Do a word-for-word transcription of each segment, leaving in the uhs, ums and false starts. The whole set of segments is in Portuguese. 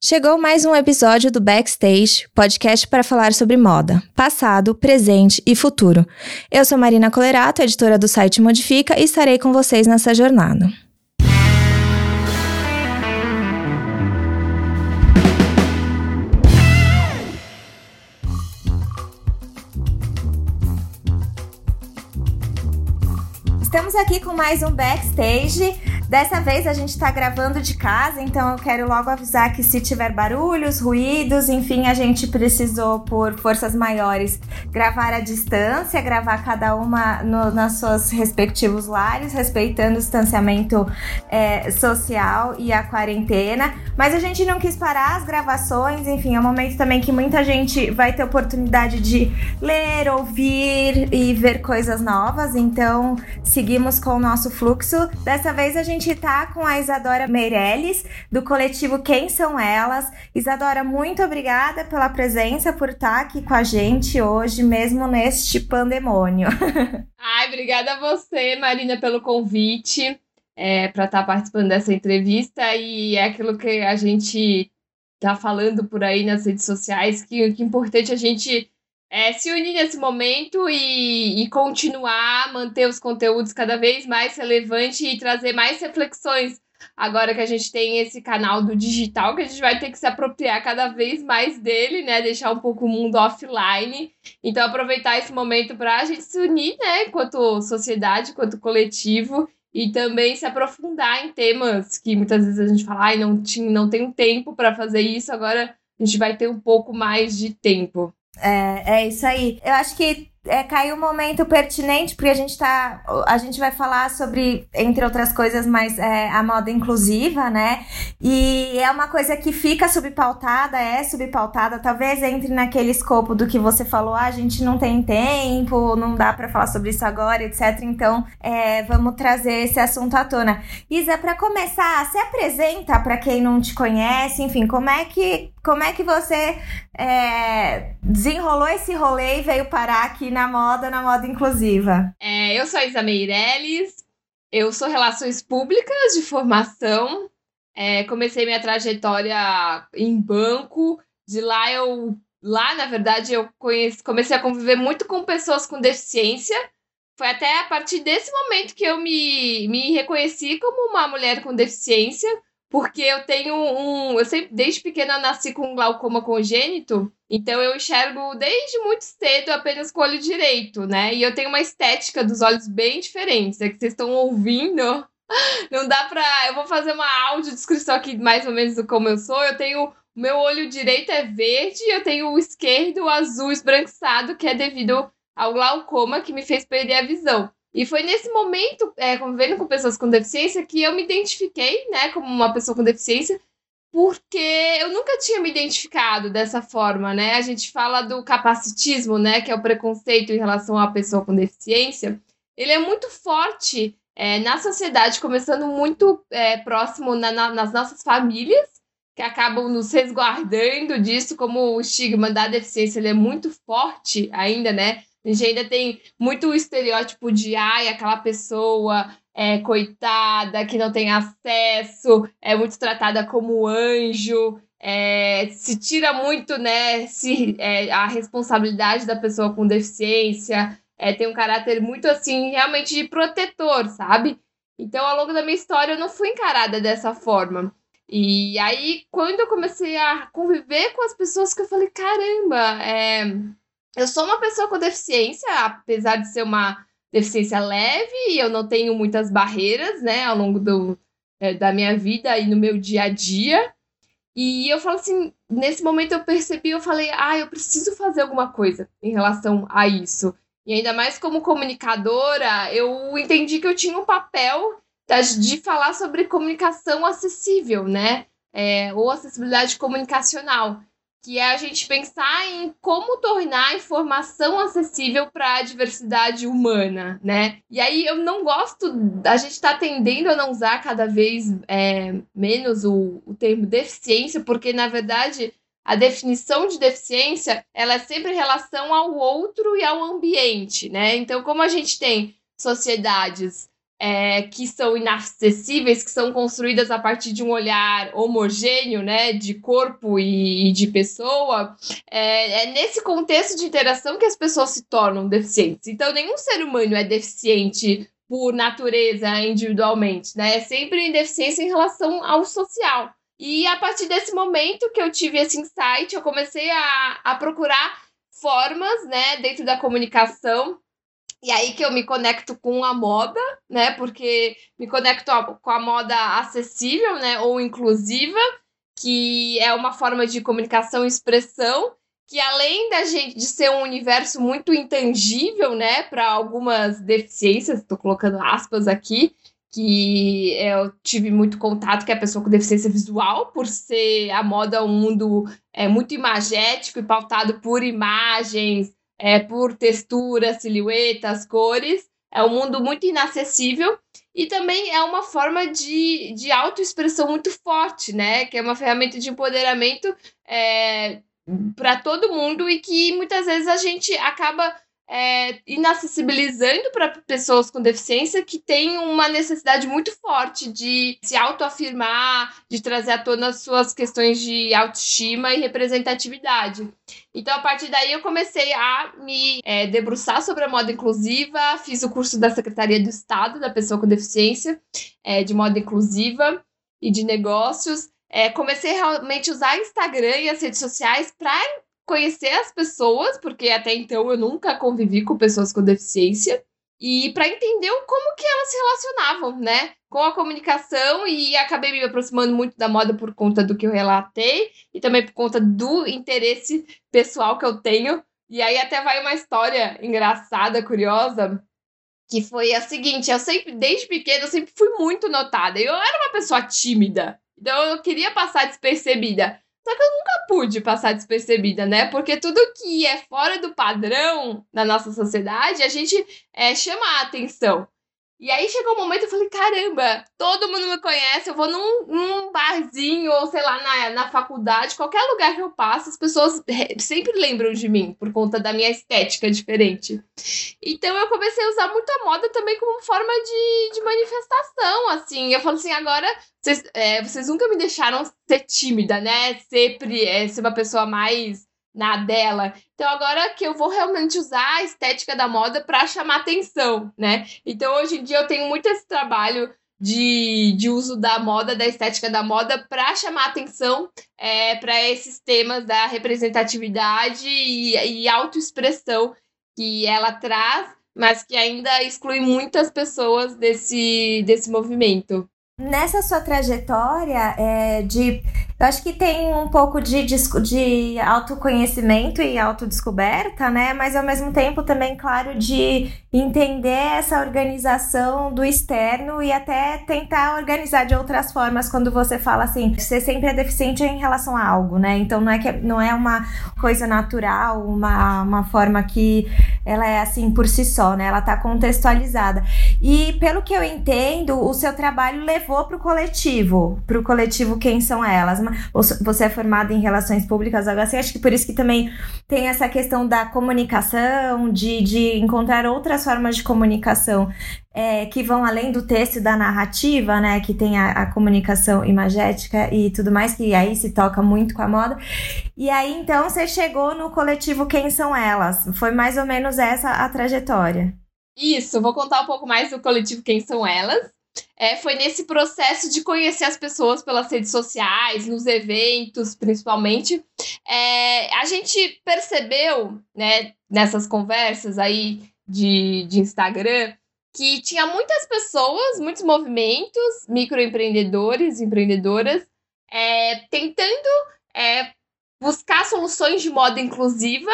Chegou mais um episódio do Backstage, podcast para falar sobre moda, passado, presente e futuro. Eu sou Marina Colerato, editora do site Modifica, e estarei com vocês nessa jornada. Estamos aqui com mais um Backstage. Dessa vez a gente está gravando de casa, então eu quero logo avisar que se tiver barulhos, ruídos, enfim, a gente precisou, por forças maiores, gravar à distância, gravar cada uma no, nas seus respectivos lares, respeitando o distanciamento é, social e a quarentena. Mas a gente não quis parar as gravações, enfim, é um momento também que muita gente vai ter oportunidade de ler, ouvir e ver coisas novas, então seguimos com o nosso fluxo. Dessa vez a gente tá com a Isadora Meirelles, do coletivo Quem São Elas. Isadora, muito obrigada pela presença, por estar aqui com a gente hoje, mesmo neste pandemônio. Ai, obrigada a você, Marina, pelo convite é, para estar participando dessa entrevista. E é aquilo que a gente tá falando por aí nas redes sociais, que, que é importante a gente É, se unir nesse momento e, e continuar, manter os conteúdos cada vez mais relevantes e trazer mais reflexões. Agora que a gente tem esse canal do digital, que a gente vai ter que se apropriar cada vez mais dele, né? Deixar um pouco o mundo offline. Então, aproveitar esse momento para a gente se unir, né? Enquanto sociedade, enquanto coletivo. E também se aprofundar em temas que muitas vezes a gente fala, ai, não, tinha, não tenho tempo para fazer isso, agora a gente vai ter um pouco mais de tempo. É, é isso aí. Eu acho que é, caiu um momento pertinente, porque a gente tá. A gente vai falar sobre, entre outras coisas, mais é, a moda inclusiva, né? E é uma coisa que fica subpautada, é subpautada, talvez entre naquele escopo do que você falou, ah, a gente não tem tempo, não dá pra falar sobre isso agora, etcétera. Então, é, vamos trazer esse assunto à tona. Isa, pra começar, se apresenta pra quem não te conhece, enfim, como é que, como é que você é, desenrolou esse rolê e veio parar aqui na moda, na moda inclusiva? É, eu sou a Isa Meirelles, eu sou Relações Públicas de formação, é, comecei minha trajetória em banco, de lá eu, lá na verdade eu conheci, comecei a conviver muito com pessoas com deficiência, foi até a partir desse momento que eu me, me reconheci como uma mulher com deficiência, porque eu tenho um... Eu sempre, desde pequena, eu nasci com um glaucoma congênito, então eu enxergo desde muito cedo apenas com o olho direito, né? E eu tenho uma estética dos olhos bem diferente. É que vocês estão ouvindo, não dá pra... Eu vou fazer uma audiodescrição aqui, mais ou menos, do como eu sou. Eu tenho... O meu olho direito é verde, eu tenho o esquerdo azul esbranquiçado, que é devido ao glaucoma, que me fez perder a visão. E foi nesse momento, é, convivendo com pessoas com deficiência, que eu me identifiquei, né, como uma pessoa com deficiência, porque eu nunca tinha me identificado dessa forma, né? A gente fala do capacitismo, né, que é o preconceito em relação à pessoa com deficiência. Ele é muito forte é, na sociedade, começando muito é, próximo na, na, nas nossas famílias, que acabam nos resguardando disso, como o estigma da deficiência ele é muito forte ainda, né? A gente ainda tem muito o estereótipo de, ai, aquela pessoa é, coitada, que não tem acesso, é muito tratada como anjo, é, se tira muito, né, se, é, a responsabilidade da pessoa com deficiência, é, tem um caráter muito, assim, realmente de protetor, sabe? Então, ao longo da minha história, eu não fui encarada dessa forma. E aí, quando eu comecei a conviver com as pessoas, que eu falei, caramba, é... eu sou uma pessoa com deficiência, apesar de ser uma deficiência leve, e eu não tenho muitas barreiras, né, ao longo do, é, da minha vida e no meu dia a dia. E eu falo assim, nesse momento eu percebi, eu falei, ah, eu preciso fazer alguma coisa em relação a isso. E ainda mais como comunicadora, eu entendi que eu tinha um papel de falar sobre comunicação acessível, né, é, ou acessibilidade comunicacional, que é a gente pensar em como tornar a informação acessível para a diversidade humana, né? E aí eu não gosto, a gente está tendendo a não usar cada vez é, menos o, o termo deficiência, porque, na verdade, a definição de deficiência, ela é sempre em relação ao outro e ao ambiente, né? Então, como a gente tem sociedades é, que são inacessíveis, que são construídas a partir de um olhar homogêneo, né, de corpo e, e de pessoa, é, é nesse contexto de interação que as pessoas se tornam deficientes. Então, nenhum ser humano é deficiente por natureza, individualmente, né? É sempre deficiência em relação ao social. E a partir desse momento que eu tive esse insight, eu comecei a, a procurar formas, né, dentro da comunicação. E aí que eu me conecto com a moda, né? Porque me conecto a, com a moda acessível, né? Ou inclusiva, que é uma forma de comunicação e expressão, que além da gente de ser um universo muito intangível, né? Para algumas deficiências, estou colocando aspas aqui, que eu tive muito contato, que é a pessoa com deficiência visual, por ser a moda um mundo é, muito imagético e pautado por imagens, É, por textura, silhuetas, cores. É um mundo muito inacessível e também é uma forma de, de autoexpressão muito forte, né? Que é uma ferramenta de empoderamento é, para todo mundo e que muitas vezes a gente acaba é, inacessibilizando para pessoas com deficiência que têm uma necessidade muito forte de se autoafirmar, de trazer à tona as suas questões de autoestima e representatividade. Então, a partir daí, eu comecei a me é, debruçar sobre a moda inclusiva, fiz o curso da Secretaria do Estado da Pessoa com Deficiência, é, de moda inclusiva e de negócios. É, comecei realmente a usar Instagram e as redes sociais para conhecer as pessoas, porque até então eu nunca convivi com pessoas com deficiência, e para entender como que elas se relacionavam, né, com a comunicação, e acabei me aproximando muito da moda por conta do que eu relatei, e também por conta do interesse pessoal que eu tenho. E aí até vai uma história engraçada, curiosa, que foi a seguinte: eu sempre, desde pequena, eu sempre fui muito notada. Eu era uma pessoa tímida, então eu queria passar despercebida. Só que eu nunca pude passar despercebida, né? Porque tudo que é fora do padrão na nossa sociedade, a gente é, chama a atenção. E aí chegou um momento que eu falei, caramba, todo mundo me conhece, eu vou num, num barzinho, ou sei lá, na, na faculdade, qualquer lugar que eu passo, as pessoas sempre lembram de mim, por conta da minha estética diferente. Então eu comecei a usar muito a moda também como forma de, de manifestação, assim. Eu falo assim, agora, vocês, é, vocês nunca me deixaram ser tímida, né? Sempre é, ser uma pessoa mais na dela. Então agora que eu vou realmente usar a estética da moda para chamar atenção, né? Então hoje em dia eu tenho muito esse trabalho de, de uso da moda, da estética da moda para chamar atenção é, para esses temas da representatividade e, e autoexpressão que ela traz, mas que ainda exclui muitas pessoas desse, desse movimento. Nessa sua trajetória, é, de, eu acho que tem um pouco de, de autoconhecimento e autodescoberta, né? Mas ao mesmo tempo também, claro, de entender essa organização do externo e até tentar organizar de outras formas quando você fala assim, você sempre é deficiente em relação a algo, né? Então não é, que, não é uma coisa natural, uma, uma forma que ela é assim por si só, né? Ela tá contextualizada. E pelo que eu entendo, o seu trabalho levou para o coletivo, para o coletivo Quem São Elas. Você é formada em Relações Públicas, algo assim, acho que por isso que também tem essa questão da comunicação, de, de encontrar outras formas de comunicação é, que vão além do texto e da narrativa, né, que tem a, a comunicação imagética e tudo mais, que aí se toca muito com a moda. E aí, então, você chegou no coletivo Quem São Elas. Foi mais ou menos essa a trajetória. Isso, vou contar um pouco mais do coletivo Quem São Elas. É, foi nesse processo de conhecer as pessoas pelas redes sociais, nos eventos, principalmente. É, a gente percebeu, né, nessas conversas aí de, de Instagram, que tinha muitas pessoas, muitos movimentos, microempreendedores, empreendedoras, é, tentando é, buscar soluções de moda inclusiva,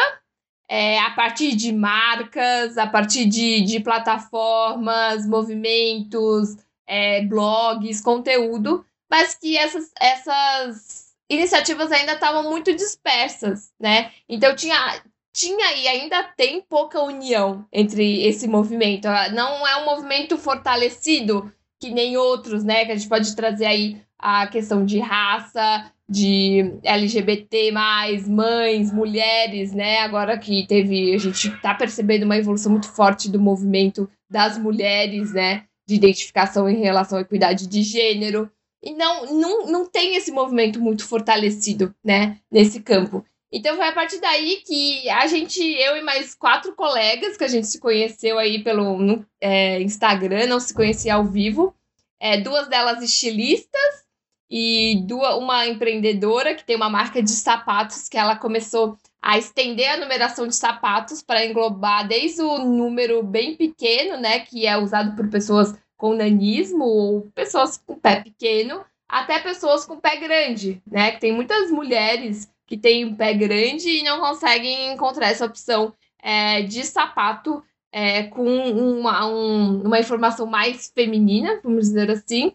É, a partir de marcas, a partir de, de plataformas, movimentos, é, blogs, conteúdo, mas que essas, essas iniciativas ainda estavam muito dispersas, né? Então tinha, tinha e ainda tem pouca união entre esse movimento. Não é um movimento fortalecido que nem outros, né? Que a gente pode trazer aí a questão de raça, de L G B T mais, mães, mulheres, né? Agora que teve, a gente tá percebendo uma evolução muito forte do movimento das mulheres, né? de identificação em relação à equidade de gênero. E não, não, não tem esse movimento muito fortalecido, né, nesse campo. Então foi a partir daí que a gente, eu e mais quatro colegas, que a gente se conheceu aí pelo no, é, Instagram, não se conhecia ao vivo, é, duas delas estilistas e duas, uma empreendedora que tem uma marca de sapatos que ela começou a estender a numeração de sapatos para englobar desde o número bem pequeno, né, que é usado por pessoas com nanismo ou pessoas com pé pequeno, até pessoas com pé grande, né, que tem muitas mulheres que têm um pé grande e não conseguem encontrar essa opção é, de sapato é, com uma, um, uma informação mais feminina, vamos dizer assim,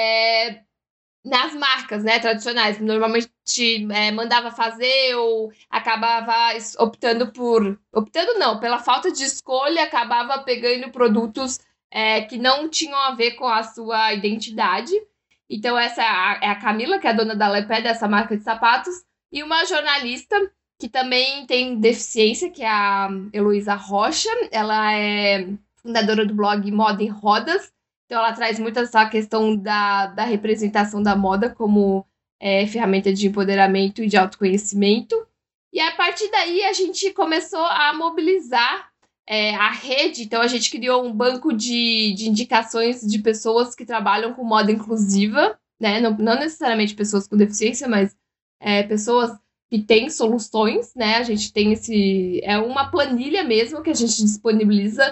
é, nas marcas, né, tradicionais. Normalmente é, mandava fazer ou acabava optando por... Optando não, pela falta de escolha, acabava pegando produtos é, que não tinham a ver com a sua identidade. Então essa é a, é a Camila, que é a dona da Lepé, dessa marca de sapatos, e uma jornalista que também tem deficiência, que é a Heloísa Rocha. Ela é fundadora do blog Moda em Rodas. Então ela traz muito essa questão da, da representação da moda como é, ferramenta de empoderamento e de autoconhecimento. E a partir daí a gente começou a mobilizar é, a rede. Então a gente criou um banco de, de indicações de pessoas que trabalham com moda inclusiva, né? Não, não necessariamente pessoas com deficiência, mas é, pessoas que têm soluções, né? A gente tem esse... É uma planilha mesmo que a gente disponibiliza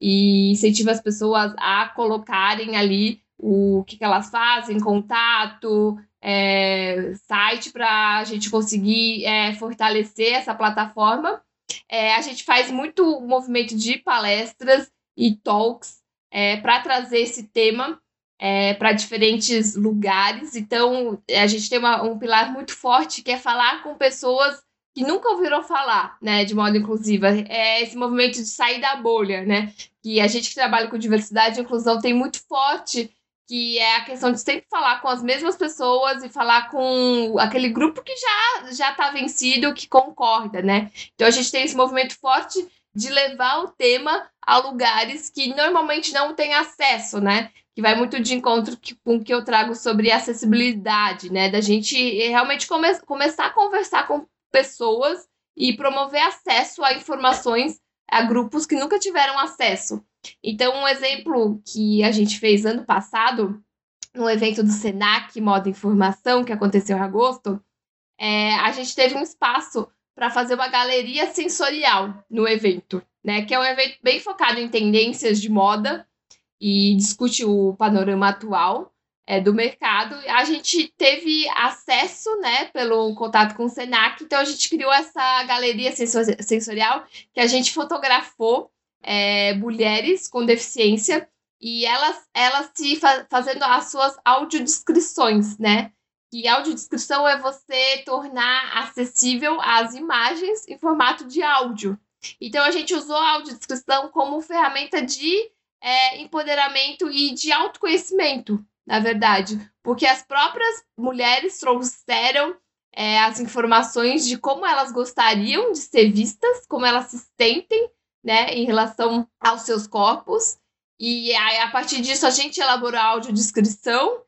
e incentiva as pessoas a colocarem ali o que, que elas fazem, contato, é, site, para a gente conseguir é, fortalecer essa plataforma. É, a gente faz muito movimento de palestras e talks é, para trazer esse tema é, para diferentes lugares. Então, a gente tem uma, um pilar muito forte, que é falar com pessoas que nunca ouviram falar, né, de moda inclusiva. É esse movimento de sair da bolha, né? Que a gente que trabalha com diversidade e inclusão tem muito forte, que é a questão de sempre falar com as mesmas pessoas e falar com aquele grupo que já já está vencido, que concorda, né? Então a gente tem esse movimento forte de levar o tema a lugares que normalmente não têm acesso, né? Que vai muito de encontro com o que eu trago sobre acessibilidade, né? Da gente realmente come- começar a conversar com pessoas e promover acesso a informações a grupos que nunca tiveram acesso. Então, um exemplo que a gente fez ano passado, no evento do Senac Moda e Informação, que aconteceu em agosto, é, a gente teve um espaço para fazer uma galeria sensorial no evento, né? Que é um evento bem focado em tendências de moda e discute o panorama atual É, do mercado. A gente teve acesso, né, pelo contato com o Senac, então a gente criou essa galeria sensorial que a gente fotografou é, mulheres com deficiência e elas, elas se fa- fazendo as suas audiodescrições, né? E audiodescrição é você tornar acessível as imagens em formato de áudio. Então a gente usou a audiodescrição como ferramenta de é, empoderamento e de autoconhecimento, na verdade, porque as próprias mulheres trouxeram é, as informações de como elas gostariam de ser vistas, como elas se sentem, né, em relação aos seus corpos, e aí, a partir disso a gente elaborou a audiodescrição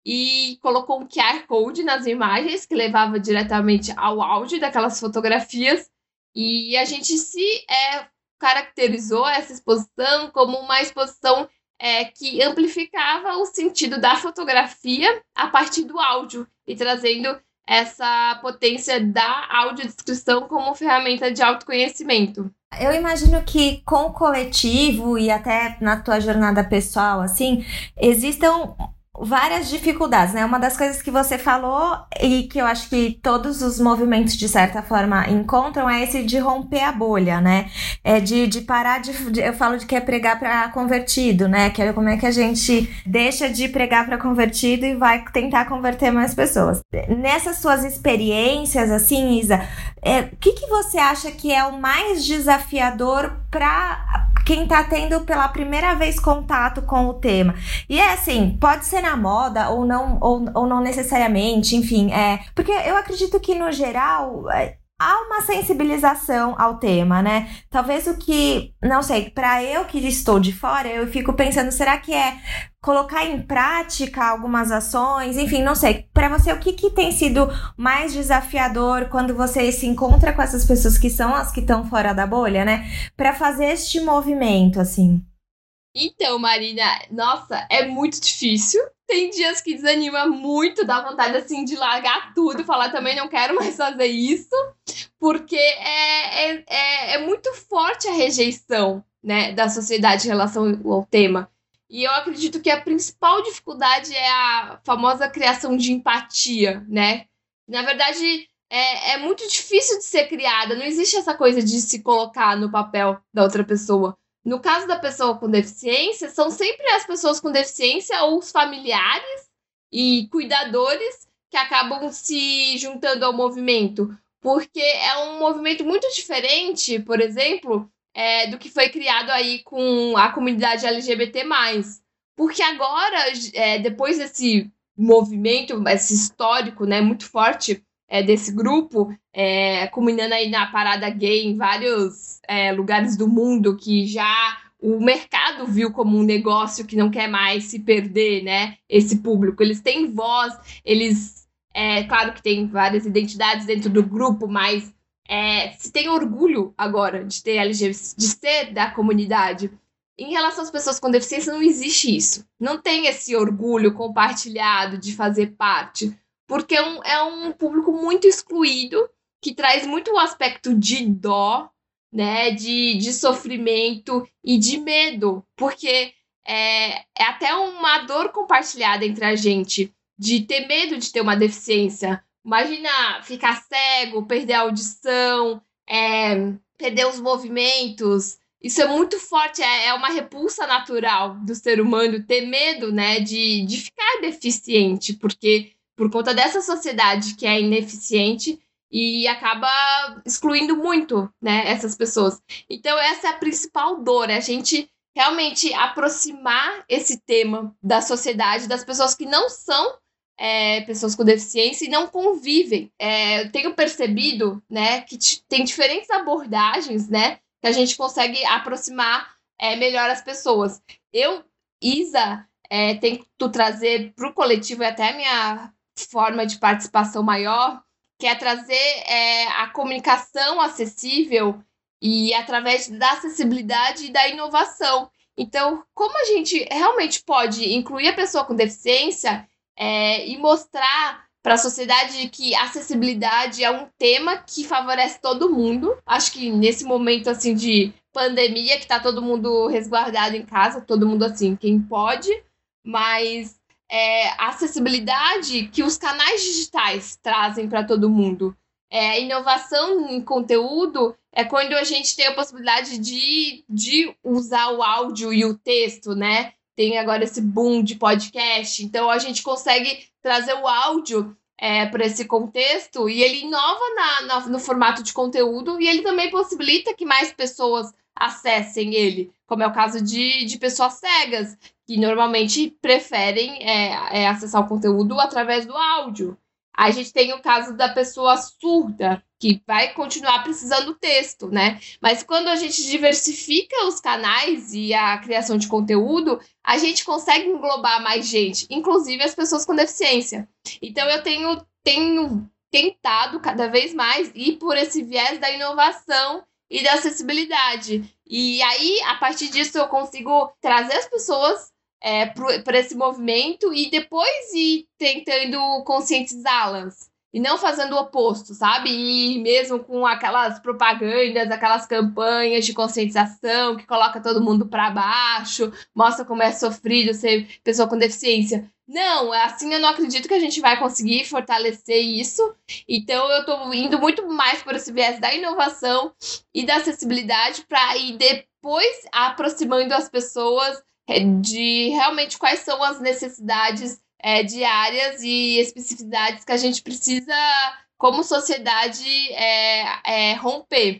e colocou um Q R Code nas imagens que levava diretamente ao áudio daquelas fotografias, e a gente se é, caracterizou essa exposição como uma exposição É, que amplificava o sentido da fotografia a partir do áudio e trazendo essa potência da audiodescrição como ferramenta de autoconhecimento. Eu imagino que com o coletivo e até na tua jornada pessoal, assim, existam várias dificuldades, né? Uma das coisas que você falou e que eu acho que todos os movimentos, de certa forma, encontram é esse de romper a bolha, né? É de, de parar de, de... Eu falo de que é pregar para convertido, né? Que é como é que a gente deixa de pregar para convertido e vai tentar converter mais pessoas. Nessas suas experiências, assim, Isa, é, o que, que você acha que é o mais desafiador para quem tá tendo pela primeira vez contato com o tema? E é assim, pode ser na moda ou não, ou, ou não necessariamente, enfim, é, porque eu acredito que no geral há uma sensibilização ao tema, né? Talvez o que, não sei, para eu que estou de fora, eu fico pensando, será que é colocar em prática algumas ações? Enfim, não sei. Para você, o que, que tem sido mais desafiador quando você se encontra com essas pessoas que são as que estão fora da bolha, né? Para fazer este movimento, assim. Então, Marina, nossa, é muito difícil. Tem dias que desanima muito, dá vontade, assim, de largar tudo, falar também não quero mais fazer isso, porque é, é, é, é muito forte a rejeição, né, da sociedade em relação ao tema. E eu acredito que a principal dificuldade é a famosa criação de empatia, né? Na verdade, é, é muito difícil de ser criada, não existe essa coisa de se colocar no papel da outra pessoa. No caso da pessoa com deficiência, são sempre as pessoas com deficiência ou os familiares e cuidadores que acabam se juntando ao movimento. Porque é um movimento muito diferente, por exemplo, é, do que foi criado aí com a comunidade L G B T mais. Porque agora, é, depois desse movimento, esse histórico, né, muito forte, É, desse grupo, é, culminando aí na parada gay em vários é, lugares do mundo, que já o mercado viu como um negócio que não quer mais se perder, né? Esse público. Eles têm voz, eles... É claro que tem várias identidades dentro do grupo, mas é, se tem orgulho agora de ter L G B T, de ser da comunidade. Em relação às pessoas com deficiência, não existe isso. Não tem esse orgulho compartilhado de fazer parte. Porque é um, é um público muito excluído, que traz muito o aspecto de dó, né, de, de sofrimento e de medo, porque é, é até uma dor compartilhada entre a gente, de ter medo de ter uma deficiência. Imagina ficar cego, perder a audição, é, perder os movimentos. Isso é muito forte, é, é uma repulsa natural do ser humano ter medo, né, de, de ficar deficiente, porque por conta dessa sociedade que é ineficiente e acaba excluindo muito, né, essas pessoas. Então, essa é a principal dor, é a gente realmente aproximar esse tema da sociedade, das pessoas que não são é, pessoas com deficiência e não convivem. É, eu tenho percebido, né, que t- tem diferentes abordagens, né, que a gente consegue aproximar é, melhor as pessoas. Eu, Isa, é, tento trazer para o coletivo, e até a minha forma de participação maior, que é trazer é, a comunicação acessível e através da acessibilidade e da inovação. Então, como a gente realmente pode incluir a pessoa com deficiência é, e mostrar para a sociedade que acessibilidade é um tema que favorece todo mundo. Acho que nesse momento assim de pandemia, que está todo mundo resguardado em casa, todo mundo assim, quem pode, mas é, a acessibilidade que os canais digitais trazem para todo mundo. É, a inovação em conteúdo é quando a gente tem a possibilidade de, de usar o áudio e o texto, né? Tem agora esse boom de podcast, então a gente consegue trazer o áudio é, para esse contexto e ele inova na, na, no formato de conteúdo e ele também possibilita que mais pessoas acessem ele, como é o caso de, de pessoas cegas, que normalmente preferem é, é, acessar o conteúdo através do áudio. Aí a gente tem o caso da pessoa surda, que vai continuar precisando do texto, né? Mas quando a gente diversifica os canais e a criação de conteúdo, a gente consegue englobar mais gente, inclusive as pessoas com deficiência. Então eu tenho, tenho tentado cada vez mais ir por esse viés da inovação e da acessibilidade. E aí, a partir disso, eu consigo trazer as pessoas é, para esse movimento e depois ir tentando conscientizá-las. E não fazendo o oposto, sabe? E mesmo com aquelas propagandas, aquelas campanhas de conscientização que coloca todo mundo para baixo, mostra como é sofrido ser pessoa com deficiência. Não, assim eu não acredito que a gente vai conseguir fortalecer isso. Então eu tô indo muito mais por esse viés da inovação e da acessibilidade para ir depois aproximando as pessoas de realmente quais são as necessidades é, diárias e especificidades que a gente precisa, como sociedade, é, é, romper.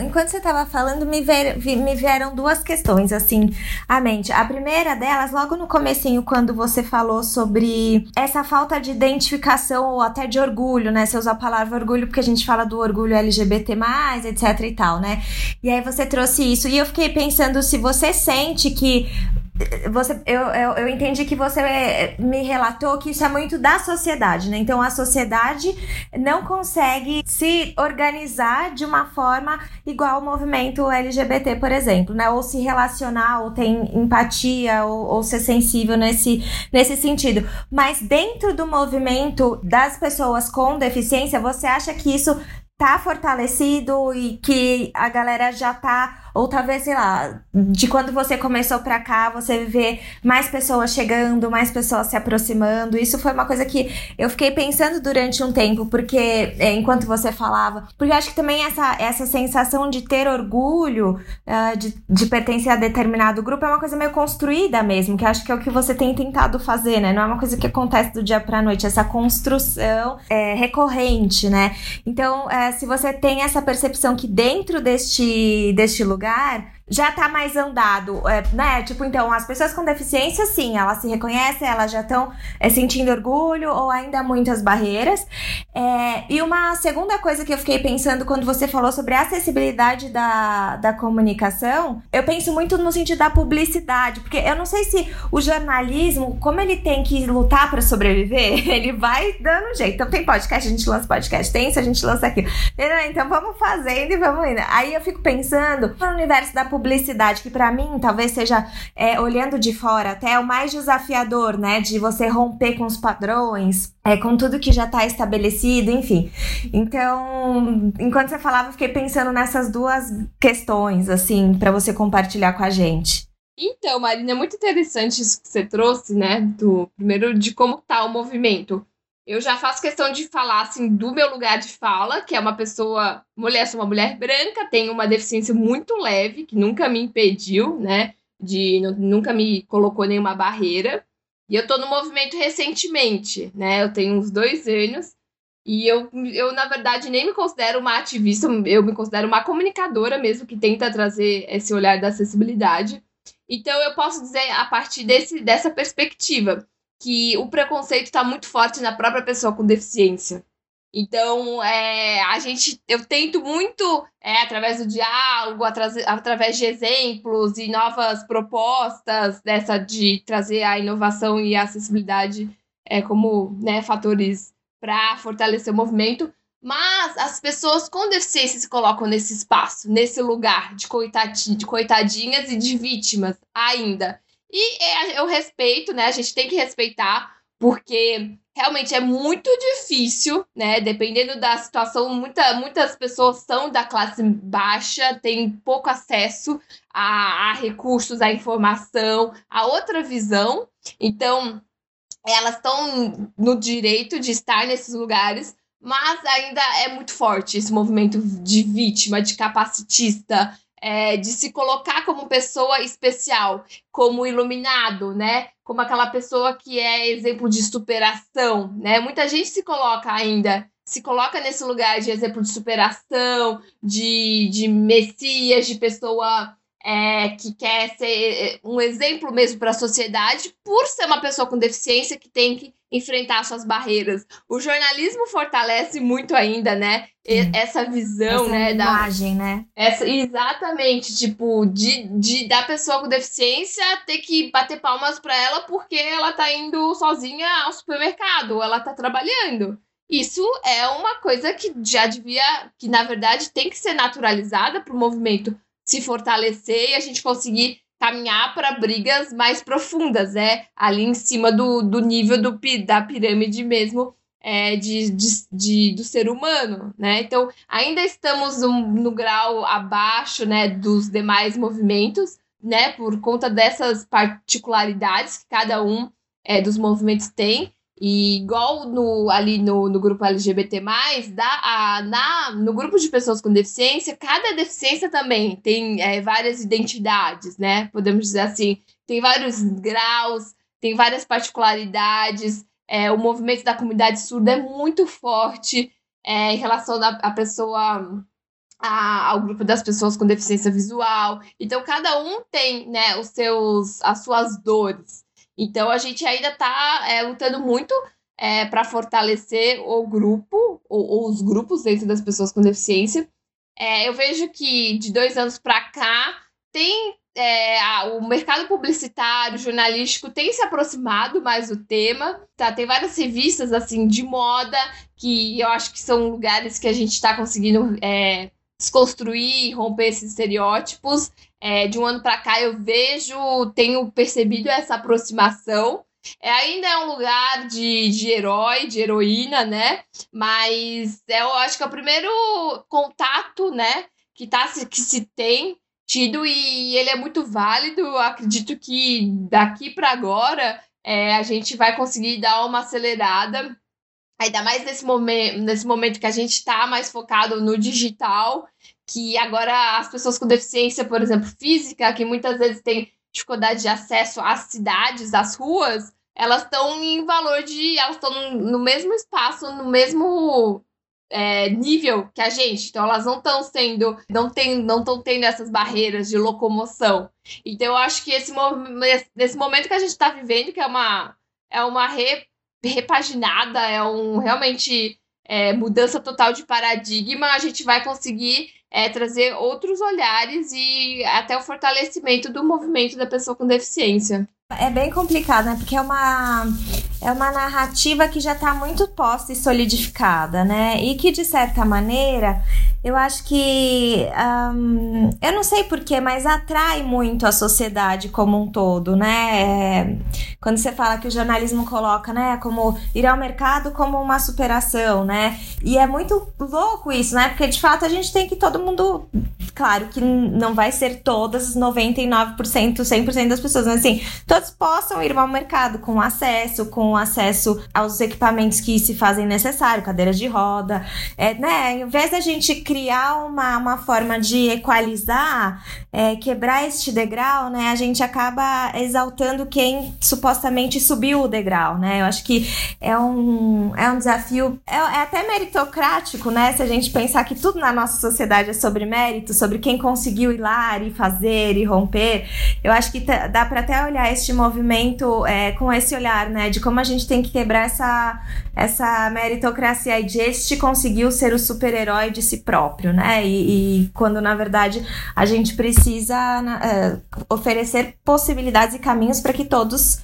enquanto você estava falando, me, ver, me vieram duas questões, assim, à mente. A primeira delas, logo no comecinho, quando você falou sobre essa falta de identificação ou até de orgulho, né? Você usa a palavra orgulho porque a gente fala do orgulho L G B T mais, etc e tal, né? E aí você trouxe isso. E eu fiquei pensando se você sente que Você, eu, eu, eu entendi que você me relatou que isso é muito da sociedade, né? Então a sociedade não consegue se organizar de uma forma igual ao movimento L G B T, por exemplo, né? Ou se relacionar, ou tem empatia, ou, ou ser sensível nesse, nesse sentido. Mas dentro do movimento das pessoas com deficiência, você acha que isso tá fortalecido e que a galera já tá, ou talvez, sei lá, de quando você começou pra cá, você vê mais pessoas chegando, mais pessoas se aproximando? Isso foi uma coisa que eu fiquei pensando durante um tempo, porque, é, enquanto você falava, porque eu acho que também essa, essa sensação de ter orgulho, uh, de, de pertencer a determinado grupo, é uma coisa meio construída mesmo, que acho que é o que você tem tentado fazer, né? Não é uma coisa que acontece do dia pra noite, essa construção é, recorrente, né? Então, é, se você tem essa percepção que dentro deste, deste lugar já tá mais andado, é, né? Tipo, então, as pessoas com deficiência, sim, elas se reconhecem, elas já estão é, sentindo orgulho ou ainda há muitas barreiras. É, e uma segunda coisa que eu fiquei pensando quando você falou sobre a acessibilidade da, da comunicação, eu penso muito no sentido da publicidade, porque eu não sei se o jornalismo, como ele tem que lutar para sobreviver, ele vai dando um jeito. Então tem podcast, a gente lança podcast, tem isso, a gente lança aquilo. Então vamos fazendo e vamos indo. Aí eu fico pensando no universo da publicidade, publicidade, que pra mim talvez seja, é, olhando de fora, até o mais desafiador, né, de você romper com os padrões, é, com tudo que já tá estabelecido, enfim. Então, enquanto você falava, eu fiquei pensando nessas duas questões, assim, pra você compartilhar com a gente. Então, Marina, é muito interessante isso que você trouxe, né, do primeiro, de como tá o movimento. Eu já faço questão de falar, assim, do meu lugar de fala, que é uma pessoa, mulher, sou uma mulher branca, tenho uma deficiência muito leve, que nunca me impediu, né, de, nunca me colocou nenhuma barreira. E eu tô no movimento recentemente, né, eu tenho uns dois anos, e eu, eu, na verdade, nem me considero uma ativista, eu me considero uma comunicadora mesmo, que tenta trazer esse olhar da acessibilidade. Então, eu posso dizer, a partir desse, dessa perspectiva, que o preconceito está muito forte na própria pessoa com deficiência. Então, é, a gente, eu tento muito, é, através do diálogo, atras, através de exemplos e novas propostas dessa de trazer a inovação e a acessibilidade é, como, né, fatores para fortalecer o movimento. Mas as pessoas com deficiência se colocam nesse espaço, nesse lugar de, coitadinha, de coitadinhas e de vítimas ainda. E eu respeito, né? A gente tem que respeitar, porque realmente é muito difícil, né? Dependendo da situação, muita, muitas pessoas são da classe baixa, têm pouco acesso a, a recursos, a informação, a outra visão. Então, elas estão no direito de estar nesses lugares, mas ainda é muito forte esse movimento de vítima, de capacitista, É, de se colocar como pessoa especial, como iluminado, né? Como aquela pessoa que é exemplo de superação, né? Muita gente se coloca ainda, se coloca nesse lugar de exemplo de superação, de, de messias, de pessoa é, que quer ser um exemplo mesmo para a sociedade, por ser uma pessoa com deficiência que tem que enfrentar suas barreiras. O jornalismo fortalece muito ainda, né? Sim. Essa visão, essa né? imagem, da, né? Essa, exatamente, tipo, de, de da pessoa com deficiência ter que bater palmas para ela porque ela tá indo sozinha ao supermercado, ou ela tá trabalhando. Isso é uma coisa que já devia, que na verdade tem que ser naturalizada para o movimento se fortalecer e a gente conseguir caminhar para brigas mais profundas, né? Ali em cima do, do nível do, da pirâmide mesmo, é, de, de, de, do ser humano, né? Então, ainda estamos no, no grau abaixo, né, dos demais movimentos, né? Por conta dessas particularidades que cada um é, dos movimentos tem. E igual no, ali no, no grupo L G B T mais, da, a, na, no grupo de pessoas com deficiência, cada deficiência também tem é, várias identidades, né? Podemos dizer assim, tem vários graus, tem várias particularidades. É, o movimento da comunidade surda é muito forte é, em relação à pessoa a, ao grupo das pessoas com deficiência visual. Então, cada um tem, né, os seus, as suas dores. Então, a gente ainda está é, lutando muito é, para fortalecer o grupo, ou, ou os grupos dentro das pessoas com deficiência. É, eu vejo que de dois anos para cá tem é, a, o mercado publicitário, jornalístico tem se aproximado mais do tema. Tá? Tem várias revistas assim de moda que eu acho que são lugares que a gente está conseguindo é, desconstruir, romper esses estereótipos. É, de um ano para cá eu vejo, tenho percebido essa aproximação. É, ainda é um lugar de, de herói, de heroína, né? Mas eu acho que é o primeiro contato, né, que, tá, que se tem tido e ele é muito válido. Eu acredito que daqui para agora é, a gente vai conseguir dar uma acelerada, ainda mais nesse momento, nesse momento que a gente está mais focado no digital, que agora as pessoas com deficiência, por exemplo, física, que muitas vezes têm dificuldade de acesso às cidades, às ruas, elas estão em valor de... Elas estão no mesmo espaço, no mesmo é, nível que a gente. Então, elas não estão sendo... Não tem, não estão tendo essas barreiras de locomoção. Então, eu acho que esse, nesse momento que a gente está vivendo, que é uma, é uma re, repaginada, é um realmente é, mudança total de paradigma, a gente vai conseguir... É, trazer outros olhares e até o fortalecimento do movimento da pessoa com deficiência. É bem complicado, né? Porque é uma, é uma narrativa que já está muito posta e solidificada, né? E que, de certa maneira, eu acho que... Um, eu não sei porquê, mas atrai muito a sociedade como um todo, né? É, quando você fala que o jornalismo coloca, né, como ir ao mercado como uma superação, né? E é muito louco isso, né? Porque, de fato, a gente tem que todo mundo... Claro que não vai ser todas, noventa e nove por cento, cem por cento das pessoas, mas assim, todos possam ir ao mercado com acesso, com acesso aos equipamentos que se fazem necessário, cadeiras de roda, é, né? Em vez da gente criar uma, uma forma de equalizar, é, quebrar este degrau, né? A gente acaba exaltando quem supostamente subiu o degrau, né? Eu acho que é um, é um desafio, é, é até meritocrático, né? Se a gente pensar que tudo na nossa sociedade é sobre mérito, sobre quem conseguiu ir lá e fazer e romper. Eu acho que t- dá para até olhar este movimento é, com esse olhar, né, de como a gente tem que quebrar essa, essa meritocracia e de este conseguiu ser o super-herói de si próprio, né, e, e quando na verdade a gente precisa é, oferecer possibilidades e caminhos para que todos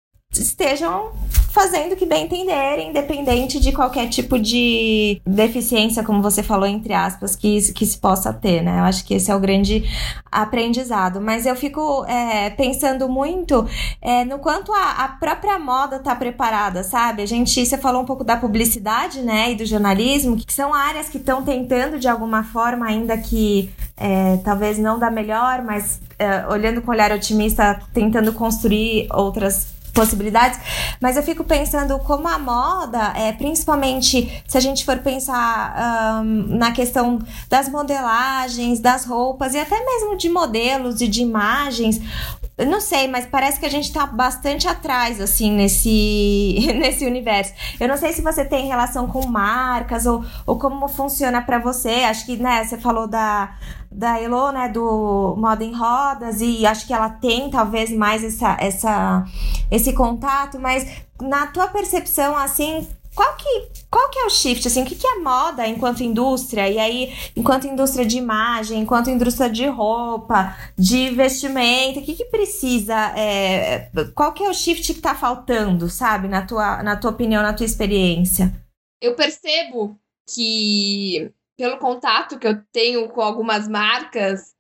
estejam fazendo o que bem entenderem, independente de qualquer tipo de deficiência, como você falou, entre aspas, que, que se possa ter, né? Eu acho que esse é o grande aprendizado. Mas eu fico é, pensando muito é, no quanto a, a própria moda tá preparada, sabe? A gente, você falou um pouco da publicidade, né, e do jornalismo, que são áreas que estão tentando, de alguma forma, ainda que é, talvez não da melhor, mas é, olhando com um olhar otimista, tentando construir outras possibilidades, mas eu fico pensando como a moda, é, principalmente se a gente for pensar um, na questão das modelagens, das roupas e até mesmo de modelos e de imagens, eu não sei, mas parece que a gente tá bastante atrás, assim, nesse, nesse universo. Eu não sei se você tem relação com marcas ou, ou como funciona pra você. Acho que, né, você falou da, da Elo, né, do Moda em Rodas, e acho que ela tem talvez mais essa, essa, esse contato, mas na tua percepção, assim, qual que, qual que é o shift, assim, o que, que é moda enquanto indústria, e aí, enquanto indústria de imagem, enquanto indústria de roupa, de vestimenta, o que que precisa, é, qual que é o shift que tá faltando, sabe, na tua, na tua opinião, na tua experiência? Eu percebo que, pelo contato que eu tenho com algumas marcas,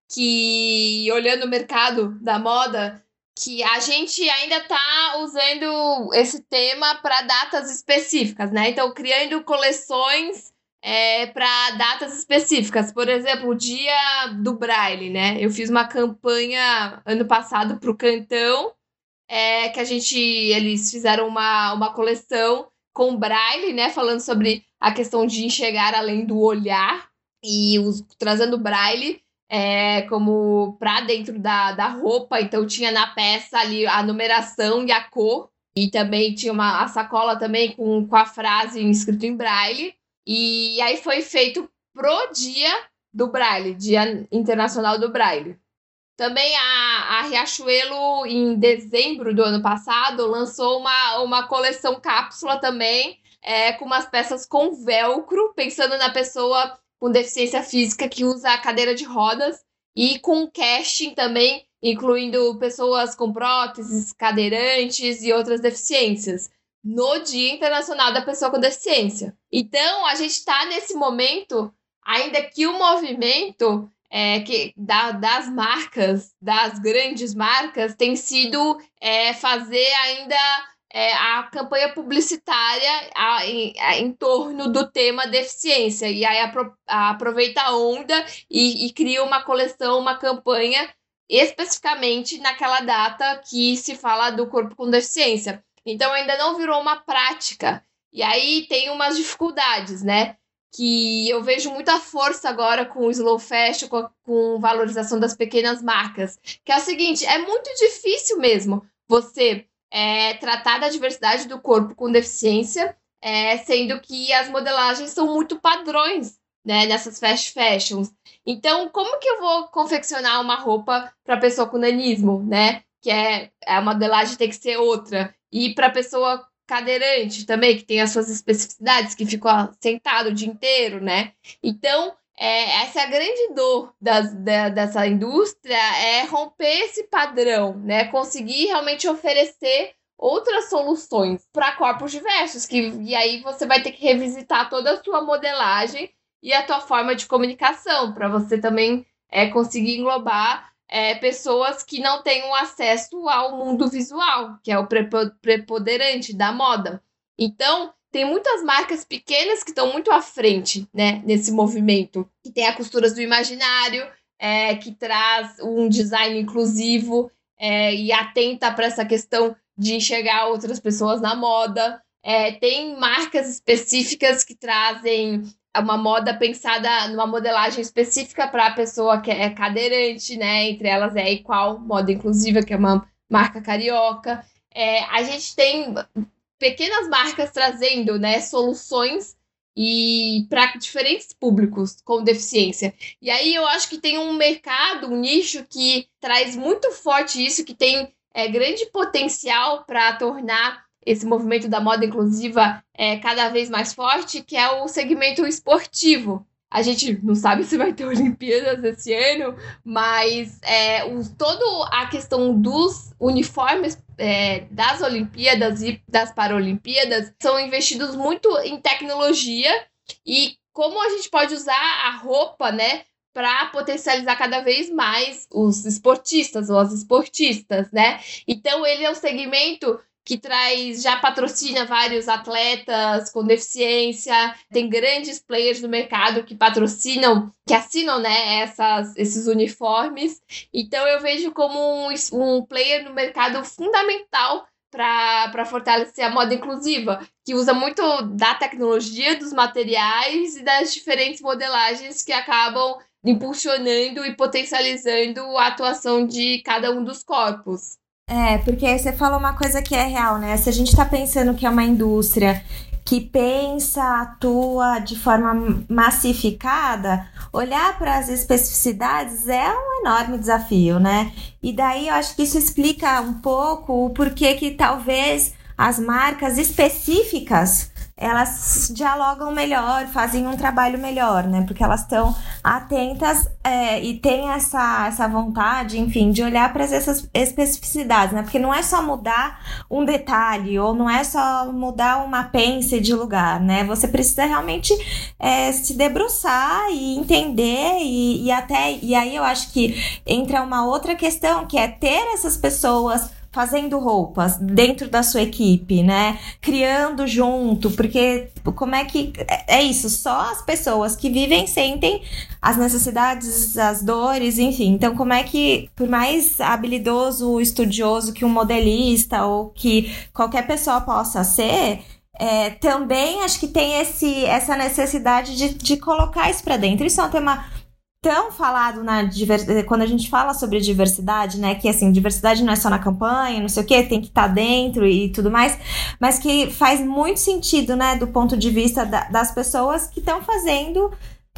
que, olhando o mercado da moda, que a gente ainda está usando esse tema para datas específicas, né? Então, criando coleções é, para datas específicas. Por exemplo, o dia do Braille, né? Eu fiz uma campanha ano passado para o Cantão, é, que a gente, eles fizeram uma, uma coleção com Braille, né? Falando sobre a questão de enxergar além do olhar e os, trazendo Braille É, como para dentro da, da roupa. Então tinha na peça ali a numeração e a cor, e também tinha uma, a sacola também com, com a frase escrito em braille, e aí foi feito pro dia do Braille, Dia Internacional do Braille. Também a, a Riachuelo, em dezembro do ano passado, lançou uma, uma coleção cápsula também, é, com umas peças com velcro, pensando na pessoa com deficiência física que usa a cadeira de rodas, e com casting também, incluindo pessoas com próteses, cadeirantes e outras deficiências, no Dia Internacional da Pessoa com Deficiência. Então, a gente está nesse momento, ainda que o movimento é, que, da, das marcas, das grandes marcas, tem sido é, fazer ainda é, a campanha publicitária a, em, a, em torno do tema deficiência. E aí apro, a, aproveita a onda e, e cria uma coleção, uma campanha especificamente naquela data que se fala do corpo com deficiência. Então ainda não virou uma prática. E aí tem umas dificuldades, né? Que eu vejo muita força agora com o slow fashion, com, a, com valorização das pequenas marcas. Que é o seguinte, é muito difícil mesmo você é, tratar da diversidade do corpo com deficiência, é, sendo que as modelagens são muito padrões, né, nessas fast fashions. Então, como que eu vou confeccionar uma roupa para pessoa com nanismo, né? Que é a modelagem tem que ser outra. E para pessoa cadeirante também, que tem as suas especificidades, que ficou sentado o dia inteiro, né? Então, é, essa é a grande dor das, da, dessa indústria, é romper esse padrão, né? Conseguir realmente oferecer outras soluções para corpos diversos, que, e aí você vai ter que revisitar toda a sua modelagem e a tua forma de comunicação, para você também é, conseguir englobar É, pessoas que não tenham acesso ao mundo visual, que é o preponderante da moda. Então, tem muitas marcas pequenas que estão muito à frente, né, nesse movimento, que tem a Costuras do Imaginário, é, que traz um design inclusivo é, e atenta para essa questão de enxergar outras pessoas na moda. É, tem marcas específicas que trazem uma moda pensada numa modelagem específica para a pessoa que é cadeirante, né? Entre elas é a Equal Moda Inclusiva, que é uma marca carioca. É, a gente tem pequenas marcas trazendo, né, soluções e para diferentes públicos com deficiência. E aí eu acho que tem um mercado, um nicho que traz muito forte isso, que tem é, grande potencial para tornar esse movimento da moda inclusiva é cada vez mais forte, que é o segmento esportivo. A gente não sabe se vai ter Olimpíadas esse ano, mas é, o, toda a questão dos uniformes é, das Olimpíadas e das Paralimpíadas são investidos muito em tecnologia e como a gente pode usar a roupa, né, para potencializar cada vez mais os esportistas ou as esportistas, né? Então ele é um segmento que traz, já patrocina vários atletas com deficiência, tem grandes players no mercado que patrocinam, que assinam, né, essas, esses uniformes. Então eu vejo como um, um player no mercado fundamental para fortalecer a moda inclusiva, que usa muito da tecnologia, dos materiais e das diferentes modelagens que acabam impulsionando e potencializando a atuação de cada um dos corpos. É, porque você falou uma coisa que é real, né? Se a gente tá pensando que é uma indústria que pensa, atua de forma massificada, olhar para as especificidades é um enorme desafio, né? E daí eu acho que isso explica um pouco o porquê que talvez as marcas específicas elas dialogam melhor, fazem um trabalho melhor, né? Porque elas estão atentas é, e têm essa, essa vontade, enfim, de olhar para essas especificidades, né? Porque não é só mudar um detalhe ou não é só mudar uma pence de lugar, né? Você precisa realmente é, se debruçar e entender e, e até... E aí eu acho que entra uma outra questão, que é ter essas pessoas fazendo roupas dentro da sua equipe, né? Criando junto, porque como é que... É isso, só as pessoas que vivem sentem as necessidades, as dores, enfim. Então, como é que, por mais habilidoso, estudioso que um modelista ou que qualquer pessoa possa ser... É, também acho que tem esse, essa necessidade de, de colocar isso para dentro. Isso é um tema tão falado na diversidade, quando a gente fala sobre diversidade, né, que assim, diversidade não é só na campanha, não sei o que, tem que estar tá dentro e tudo mais, mas que faz muito sentido, né, do ponto de vista da, das pessoas que estão fazendo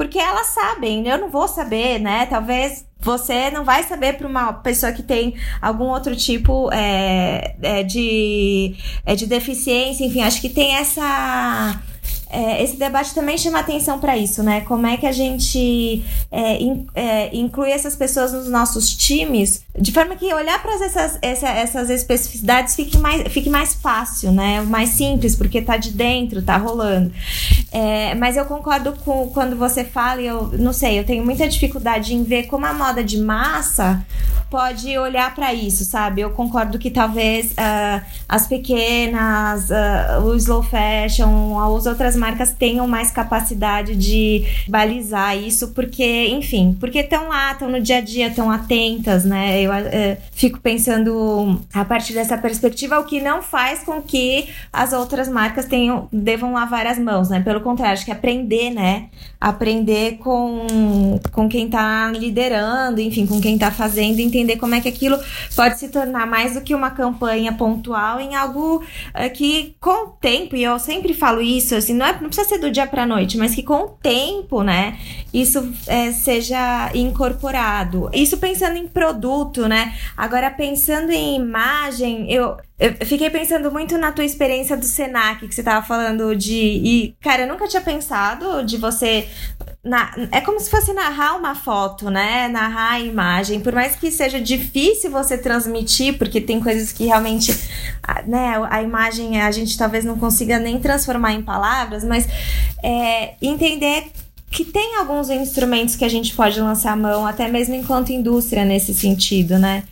porque elas sabem, eu não vou saber, né? Talvez você não vai saber para uma pessoa que tem algum outro tipo é, é, de, é, de deficiência, enfim, acho que tem essa... É, esse debate também chama atenção para isso, né? Como é que a gente é, in, é, inclui essas pessoas nos nossos times, de forma que olhar para essas, essa, essas especificidades fique mais, fique mais fácil, né? Mais simples, porque tá de dentro, tá rolando. É, mas eu concordo com quando você fala, e eu não sei, eu tenho muita dificuldade em ver como a moda de massa pode olhar para isso, sabe? Eu concordo que talvez uh, as pequenas, uh, o slow fashion, as outras marcas tenham mais capacidade de balizar isso, porque, enfim, porque estão lá, estão no dia a dia, estão atentas, né? Eu uh, fico pensando a partir dessa perspectiva, o que não faz com que as outras marcas tenham, devam lavar as mãos, né? Pelo contrário, acho que aprender, né? Aprender com, com quem tá liderando, enfim, com quem tá fazendo, entender como é que aquilo pode se tornar mais do que uma campanha pontual em algo uh, que com o tempo, e eu sempre falo isso, assim, não, é, não precisa ser do dia pra noite, mas que com o tempo, né, isso é, seja incorporado. Isso pensando em produto, né? Agora, pensando em imagem, eu... Eu fiquei pensando muito na tua experiência do Senac, que você tava falando de... E, cara, eu nunca tinha pensado de você... Na, é como se fosse narrar uma foto, né? Narrar a imagem. Por mais que seja difícil você transmitir, porque tem coisas que realmente... Né, a imagem a gente talvez não consiga nem transformar em palavras, mas é, entender... que tem alguns instrumentos que a gente pode lançar a mão, até mesmo enquanto indústria, nesse sentido, né?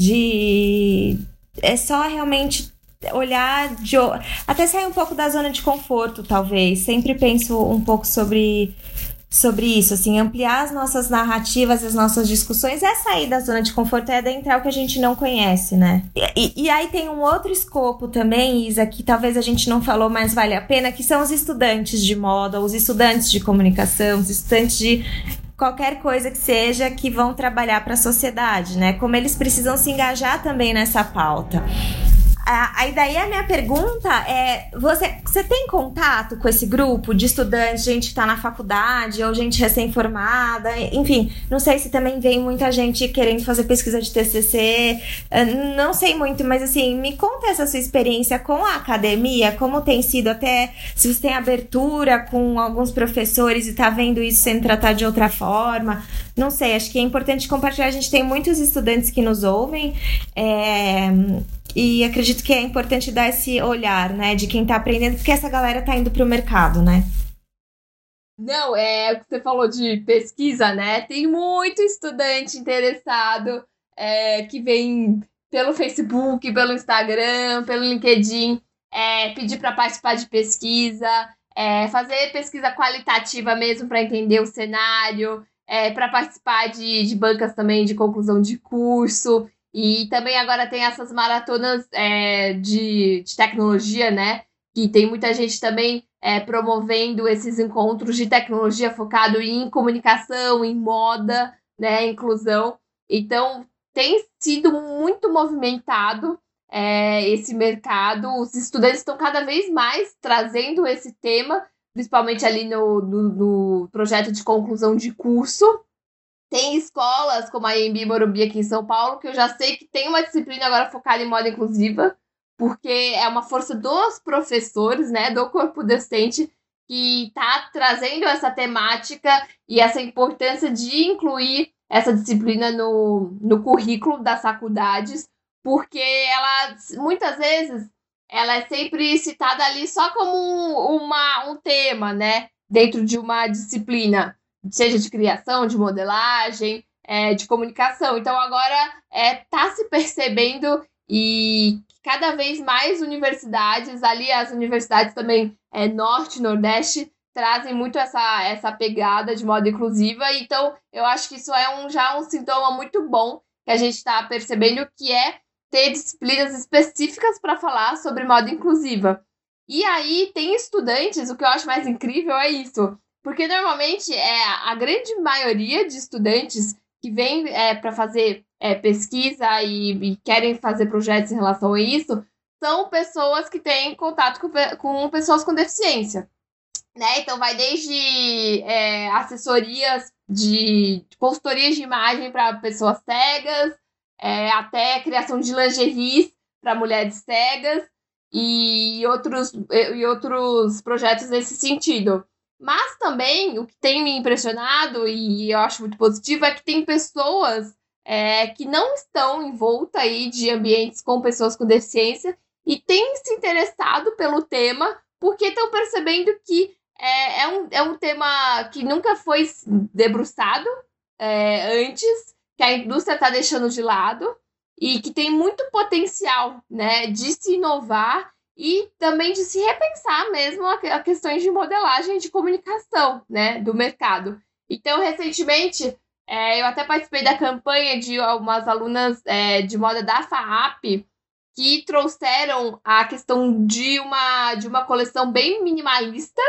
De... É só realmente olhar, de, até sair um pouco da zona de conforto, talvez. Sempre penso um pouco sobre, sobre isso, assim, ampliar as nossas narrativas, as nossas discussões, é sair da zona de conforto, é adentrar o que a gente não conhece, né? E, e aí tem um outro escopo também, Isa, que talvez a gente não falou, mas vale a pena, que são os estudantes de moda, os estudantes de comunicação, os estudantes de... qualquer coisa que seja, que vão trabalhar para a sociedade, né? Como eles precisam se engajar também nessa pauta. Aí daí a minha pergunta é, você, você tem contato com esse grupo de estudantes, gente que está na faculdade ou gente recém-formada, enfim, não sei se também vem muita gente querendo fazer pesquisa de T C C, não sei muito, mas assim, me conta essa sua experiência com a academia, como tem sido, até se você tem abertura com alguns professores e está vendo isso sendo tratado de outra forma, não sei, acho que é importante compartilhar, a gente tem muitos estudantes que nos ouvem, é... E acredito que é importante dar esse olhar, né, de quem tá aprendendo, porque essa galera tá indo pro mercado, né? Não, é o que você falou de pesquisa, né? Tem muito estudante interessado é, que vem pelo Facebook, pelo Instagram, pelo LinkedIn, é, pedir para participar de pesquisa, é, fazer pesquisa qualitativa mesmo para entender o cenário, é, para participar de, de bancas também de conclusão de curso. E também agora tem essas maratonas é, de, de tecnologia, né? Que tem muita gente também é, promovendo esses encontros de tecnologia focado em comunicação, em moda, né? Inclusão. Então, tem sido muito movimentado é, esse mercado. Os estudantes estão cada vez mais trazendo esse tema, principalmente ali no, no, no projeto de conclusão de curso. Tem escolas como a A M B Morumbi aqui em São Paulo, que eu já sei que tem uma disciplina agora focada em moda inclusiva, porque é uma força dos professores, né, do corpo docente, que está trazendo essa temática e essa importância de incluir essa disciplina no, no currículo das faculdades, porque ela, muitas vezes, ela é sempre citada ali só como um, uma, um tema, né, dentro de uma disciplina, seja de criação, de modelagem, é, de comunicação. Então, agora está é, se percebendo e cada vez mais universidades, ali as universidades também é, Norte e Nordeste, trazem muito essa, essa pegada de moda inclusiva. Então, eu acho que isso é um, já um sintoma muito bom que a gente está percebendo, que é ter disciplinas específicas para falar sobre moda inclusiva. E aí, tem estudantes, o que eu acho mais incrível é isso, porque normalmente é a grande maioria de estudantes que vem é, para fazer é, pesquisa e, e querem fazer projetos em relação a isso são pessoas que têm contato com, com pessoas com deficiência. né? Então vai desde é, assessorias de, de consultorias de imagem para pessoas cegas, é, até criação de lingeries para mulheres cegas e outros, e outros projetos nesse sentido. Mas também, o que tem me impressionado, e eu acho muito positivo, é que tem pessoas é, que não estão envoltas aí de ambientes com pessoas com deficiência e têm se interessado pelo tema, porque estão percebendo que é, é, um, é um tema que nunca foi debruçado é, antes, que a indústria está deixando de lado, e que tem muito potencial, né, de se inovar e também de se repensar mesmo a, a questões de modelagem de comunicação, né, do mercado. Então, recentemente, é, eu até participei da campanha de algumas alunas é, de moda da FAAP que trouxeram a questão de uma, de uma coleção bem minimalista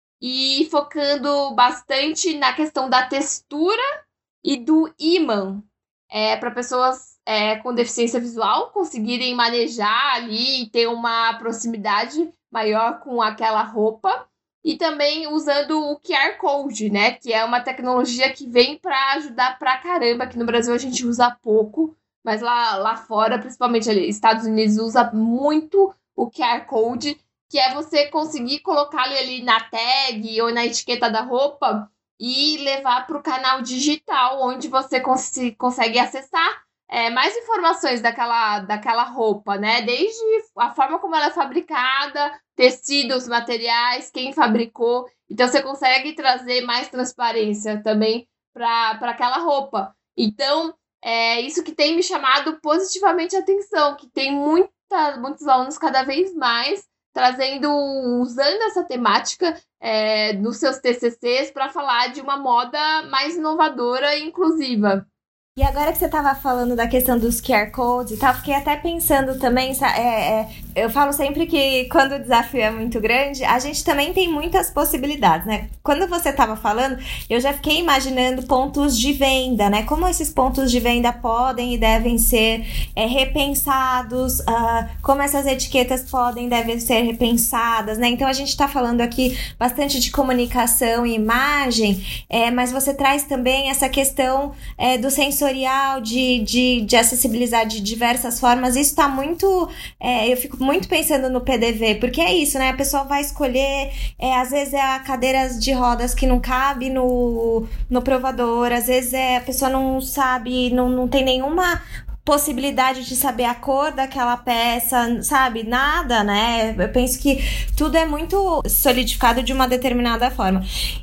e focando bastante na questão da textura e do ímã, é, para pessoas É, com deficiência visual, conseguirem manejar ali e ter uma proximidade maior com aquela roupa. E também usando o Q R Code, né? Que é uma tecnologia que vem para ajudar pra caramba. Aqui no Brasil a gente usa pouco, mas lá, lá fora, principalmente ali, Estados Unidos, usa muito o Q R Code, que é você conseguir colocá-lo ali na tag ou na etiqueta da roupa e levar para o canal digital, onde você cons- consegue acessar É, mais informações daquela, daquela roupa, né? Desde a forma como ela é fabricada, tecidos, materiais, quem fabricou. Então, você consegue trazer mais transparência também para aquela roupa. Então, é isso que tem me chamado positivamente a atenção, que tem muita, muitos alunos cada vez mais trazendo, usando essa temática é, nos seus T C Cs para falar de uma moda mais inovadora e inclusiva. E agora que você estava falando da questão dos Q R Codes e tal, fiquei até pensando também, é, é, eu falo sempre que quando o desafio é muito grande, a gente também tem muitas possibilidades, né? Quando você estava falando, eu já fiquei imaginando pontos de venda, né? Como esses pontos de venda podem e devem ser é, repensados, uh, como essas etiquetas podem e devem ser repensadas, né? Então a gente está falando aqui bastante de comunicação e imagem, é, mas você traz também essa questão é, do sensorial, de, de, de acessibilizar de diversas formas. Isso tá muito... É, eu fico muito pensando no P D V, porque é isso, né? A pessoa vai escolher, é, às vezes é a cadeira de rodas que não cabe no, no provador, às vezes é, a pessoa não sabe, não, não tem nenhuma possibilidade de saber a cor daquela peça, sabe? Nada, né? Eu penso que tudo é muito solidificado de uma determinada forma.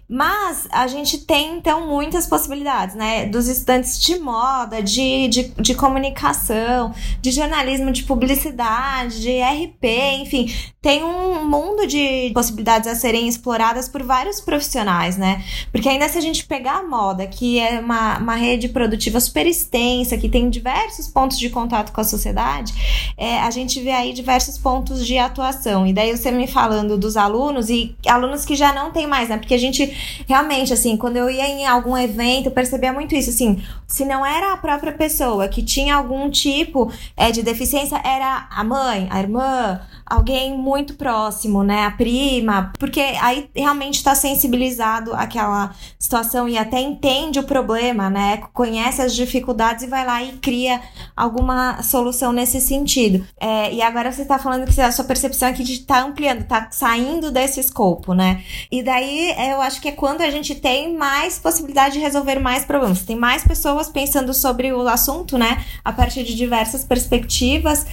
Mas a gente tem, então, muitas possibilidades, né? Dos estudantes de moda, de, de, de comunicação, de jornalismo, de publicidade, de R P, enfim. Tem um mundo de possibilidades a serem exploradas por vários profissionais, né? Porque ainda se a gente pegar a moda, que é uma, uma rede produtiva super extensa, que tem diversos pontos de contato com a sociedade, é, a gente vê aí diversos pontos de atuação. E daí você me falando dos alunos, e alunos que já não tem mais, né? Porque a gente, realmente, assim, quando eu ia em algum evento, eu percebia muito isso, assim, se não era a própria pessoa que tinha algum tipo é, de deficiência, era a mãe, a irmã, alguém muito próximo, né? A prima, porque aí realmente está sensibilizado àquela situação e até entende o problema, né? Conhece as dificuldades e vai lá e cria alguma solução nesse sentido. É, e agora você está falando que a sua percepção aqui de estar tá ampliando, está saindo desse escopo, né? E daí eu acho que é quando a gente tem mais possibilidade de resolver mais problemas. Tem mais pessoas pensando sobre o assunto, né? A partir de diversas perspectivas,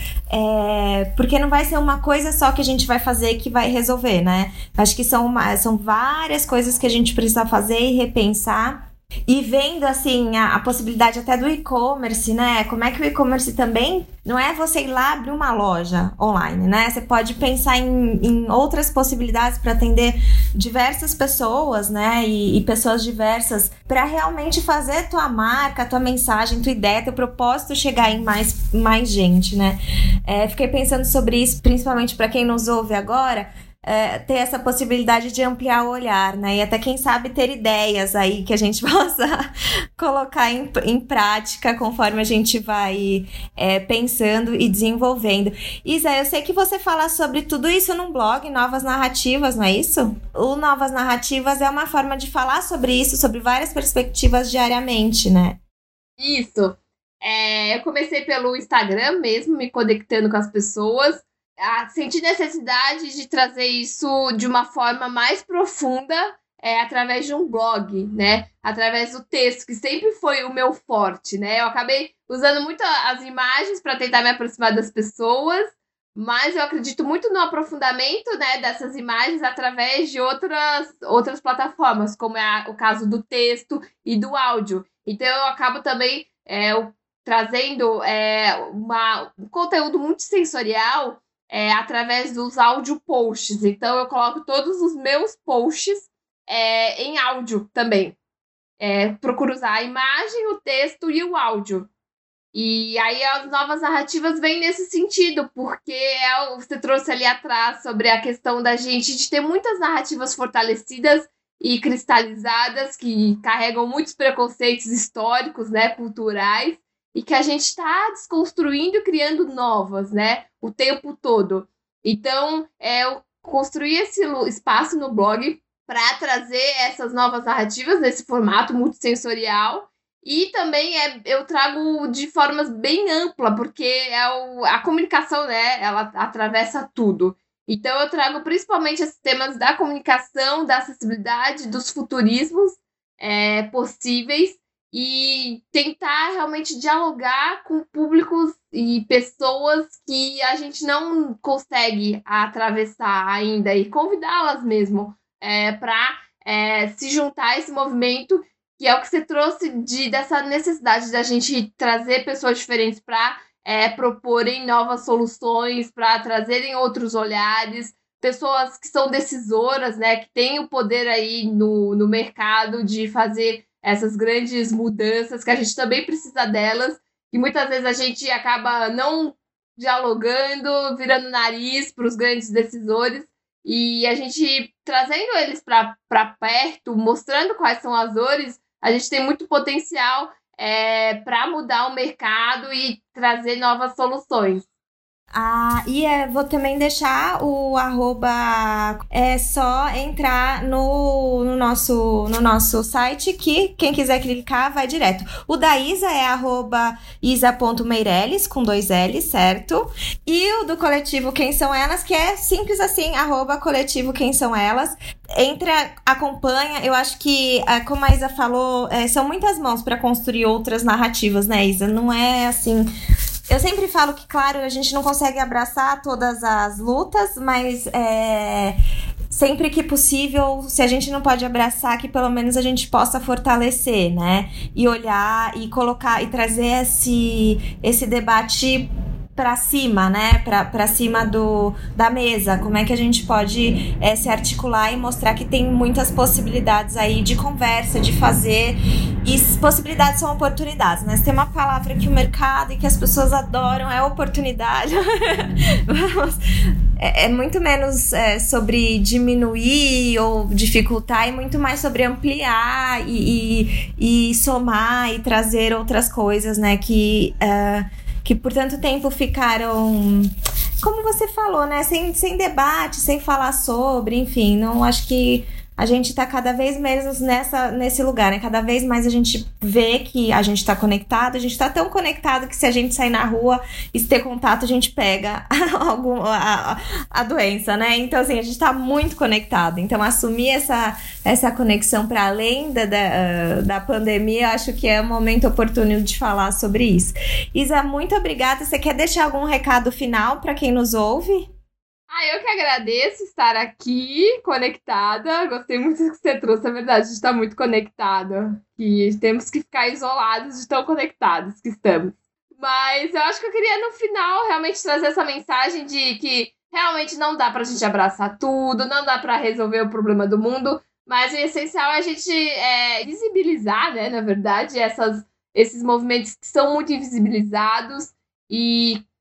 é, porque não vai ser uma coisa só que a gente vai fazer que vai resolver, né? Acho que são, uma, são várias coisas que a gente precisa fazer e repensar. E vendo, assim, a, a possibilidade até do e-commerce, né? Como é que o e-commerce também não é você ir lá abrir uma loja online, né? Você pode pensar em, em outras possibilidades para atender diversas pessoas, né? E, e pessoas diversas para realmente fazer tua marca, tua mensagem, tua ideia, teu propósito chegar em mais, mais gente, né? É, fiquei pensando sobre isso, principalmente para quem nos ouve agora. é, ter essa possibilidade de ampliar o olhar, né? E até, quem sabe, ter ideias aí que a gente possa colocar em, em prática conforme a gente vai é, pensando e desenvolvendo. Isa, eu sei que você fala sobre tudo isso num blog, Novas Narrativas, não é isso? O Novas Narrativas é uma forma de falar sobre isso, sobre várias perspectivas diariamente, né? Isso. É, eu comecei pelo Instagram mesmo, me conectando com as pessoas. Ah, senti necessidade de trazer isso de uma forma mais profunda, é, através de um blog, né? Através do texto, que sempre foi o meu forte, né? Eu acabei usando muito as imagens para tentar me aproximar das pessoas, mas eu acredito muito no aprofundamento, né, dessas imagens através de outras, outras plataformas, como é a, o caso do texto e do áudio. Então eu acabo também é, trazendo é, uma, um conteúdo muito sensorial, É, através dos áudio posts. Então, eu coloco todos os meus posts é, em áudio também. É, procuro usar a imagem, o texto e o áudio. E aí, as novas narrativas vêm nesse sentido, porque é, você trouxe ali atrás sobre a questão da gente de ter muitas narrativas fortalecidas e cristalizadas, que carregam muitos preconceitos históricos, né, culturais, e que a gente está desconstruindo e criando novas, né, o tempo todo. Então, é, eu construí esse espaço no blog para trazer essas novas narrativas nesse formato multissensorial, e também é, eu trago de formas bem ampla, porque é o, a comunicação, né, ela atravessa tudo. Então, eu trago principalmente esses temas da comunicação, da acessibilidade, dos futurismos é, possíveis, e tentar realmente dialogar com públicos e pessoas que a gente não consegue atravessar ainda, e convidá-las mesmo é, para é, se juntar a esse movimento, que é o que você trouxe de, dessa necessidade da gente trazer pessoas diferentes para é, proporem novas soluções, para trazerem outros olhares, pessoas que são decisoras, né, que têm o poder aí no, no mercado de fazer essas grandes mudanças, que a gente também precisa delas, e muitas vezes a gente acaba não dialogando, virando nariz para os grandes decisores, e a gente trazendo eles para perto, mostrando quais são as dores, a gente tem muito potencial é, para mudar o mercado e trazer novas soluções. Ah, e é, vou também deixar o arroba, é só entrar no, no, nosso, no nosso site, que quem quiser clicar vai direto. O da Isa é arroba isa.meireles, com dois L, certo? E o do coletivo Quem São Elas, que é simples assim, arroba coletivo Quem São Elas. Entra, acompanha. Eu acho que, como a Isa falou, é, são muitas mãos para construir outras narrativas, né, Isa? Não é assim... Eu sempre falo que, claro, a gente não consegue abraçar todas as lutas, mas é, sempre que possível, se a gente não pode abraçar, que pelo menos a gente possa fortalecer, né? E olhar e colocar e trazer esse, esse debate para cima, né? Para para cima do, da mesa. Como é que a gente pode é, se articular e mostrar que tem muitas possibilidades aí de conversa, de fazer. E possibilidades são oportunidades, né? Se tem uma palavra que o mercado e que as pessoas adoram, é oportunidade. Vamos, é, é muito menos é, sobre diminuir ou dificultar, e muito mais sobre ampliar e, e, e somar e trazer outras coisas, né? Que... Uh, que por tanto tempo ficaram, como você falou, né, sem, sem debate, sem falar sobre, enfim, não acho que a gente tá cada vez menos nessa, nesse lugar, né, cada vez mais a gente vê que a gente tá conectado, a gente tá tão conectado que se a gente sair na rua e se ter contato, a gente pega algum, a, a doença, né, então assim, a gente tá muito conectado, então assumir essa, essa conexão para além da, da, da pandemia, acho que é um momento oportuno de falar sobre isso. Isa, muito obrigada, você quer deixar algum recado final para quem nos ouve? Ah, eu que agradeço estar aqui, conectada. Gostei muito do que você trouxe, é verdade, a gente está muito conectado. E temos que ficar isolados de tão conectados que estamos. Mas eu acho que eu queria, no final, realmente trazer essa mensagem de que realmente não dá pra gente abraçar tudo, não dá pra resolver o problema do mundo, mas o essencial é a gente é, visibilizar, né, na verdade, essas, esses movimentos que são muito invisibilizados, e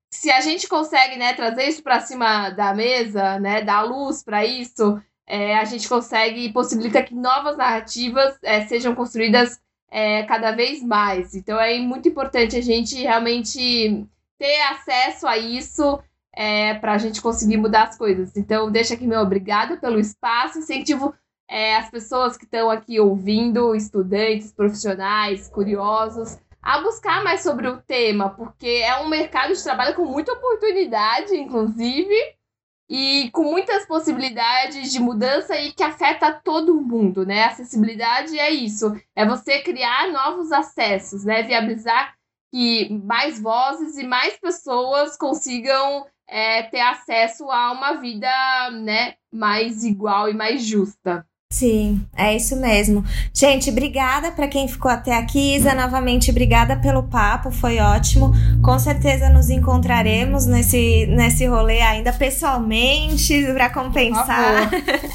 se a gente consegue, né, trazer isso para cima da mesa, né, dar luz para isso, é, a gente consegue possibilitar que novas narrativas é, sejam construídas é, cada vez mais. Então é muito importante a gente realmente ter acesso a isso é, para a gente conseguir mudar as coisas. Então deixa aqui meu obrigado pelo espaço, incentivo é, as pessoas que estão aqui ouvindo, estudantes, profissionais, curiosos, a buscar mais sobre o tema, porque é um mercado de trabalho com muita oportunidade, inclusive, e com muitas possibilidades de mudança e que afeta todo mundo, né? Acessibilidade é isso, é você criar novos acessos, né? Viabilizar que mais vozes e mais pessoas consigam é, ter acesso a uma vida, né, mais igual e mais justa. Sim, é isso mesmo. Gente, obrigada para quem ficou até aqui. Isa, novamente, obrigada pelo papo, foi ótimo. Com certeza nos encontraremos nesse, nesse rolê ainda pessoalmente, para compensar.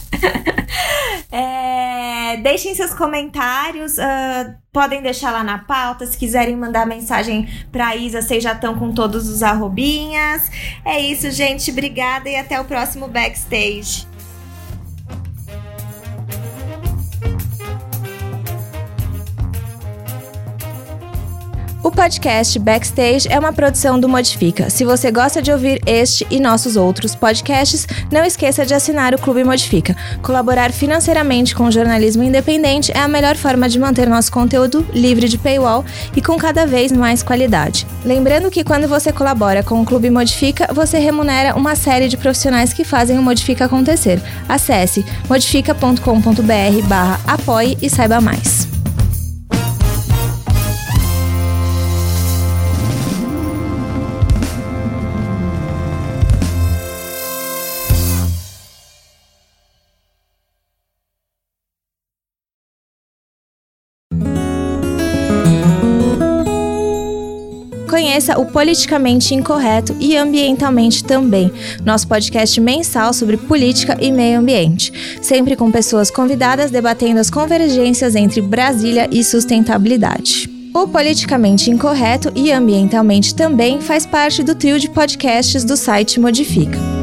é, deixem seus comentários, uh, podem deixar lá na pauta. Se quiserem mandar mensagem para Isa, vocês já estão com todos os arrobinhas. É isso, gente, obrigada e até o próximo Backstage. O podcast Backstage é uma produção do Modifica. Se você gosta de ouvir este e nossos outros podcasts, não esqueça de assinar o Clube Modifica. Colaborar financeiramente com o jornalismo independente é a melhor forma de manter nosso conteúdo livre de paywall e com cada vez mais qualidade. Lembrando que quando você colabora com o Clube Modifica, você remunera uma série de profissionais que fazem o Modifica acontecer. Acesse modifica ponto com ponto b r barra apoie e saiba mais. Conheça o Politicamente Incorreto e Ambientalmente Também, nosso podcast mensal sobre política e meio ambiente, sempre com pessoas convidadas debatendo as convergências entre Brasília e sustentabilidade. O Politicamente Incorreto e Ambientalmente Também faz parte do trio de podcasts do site Modifica.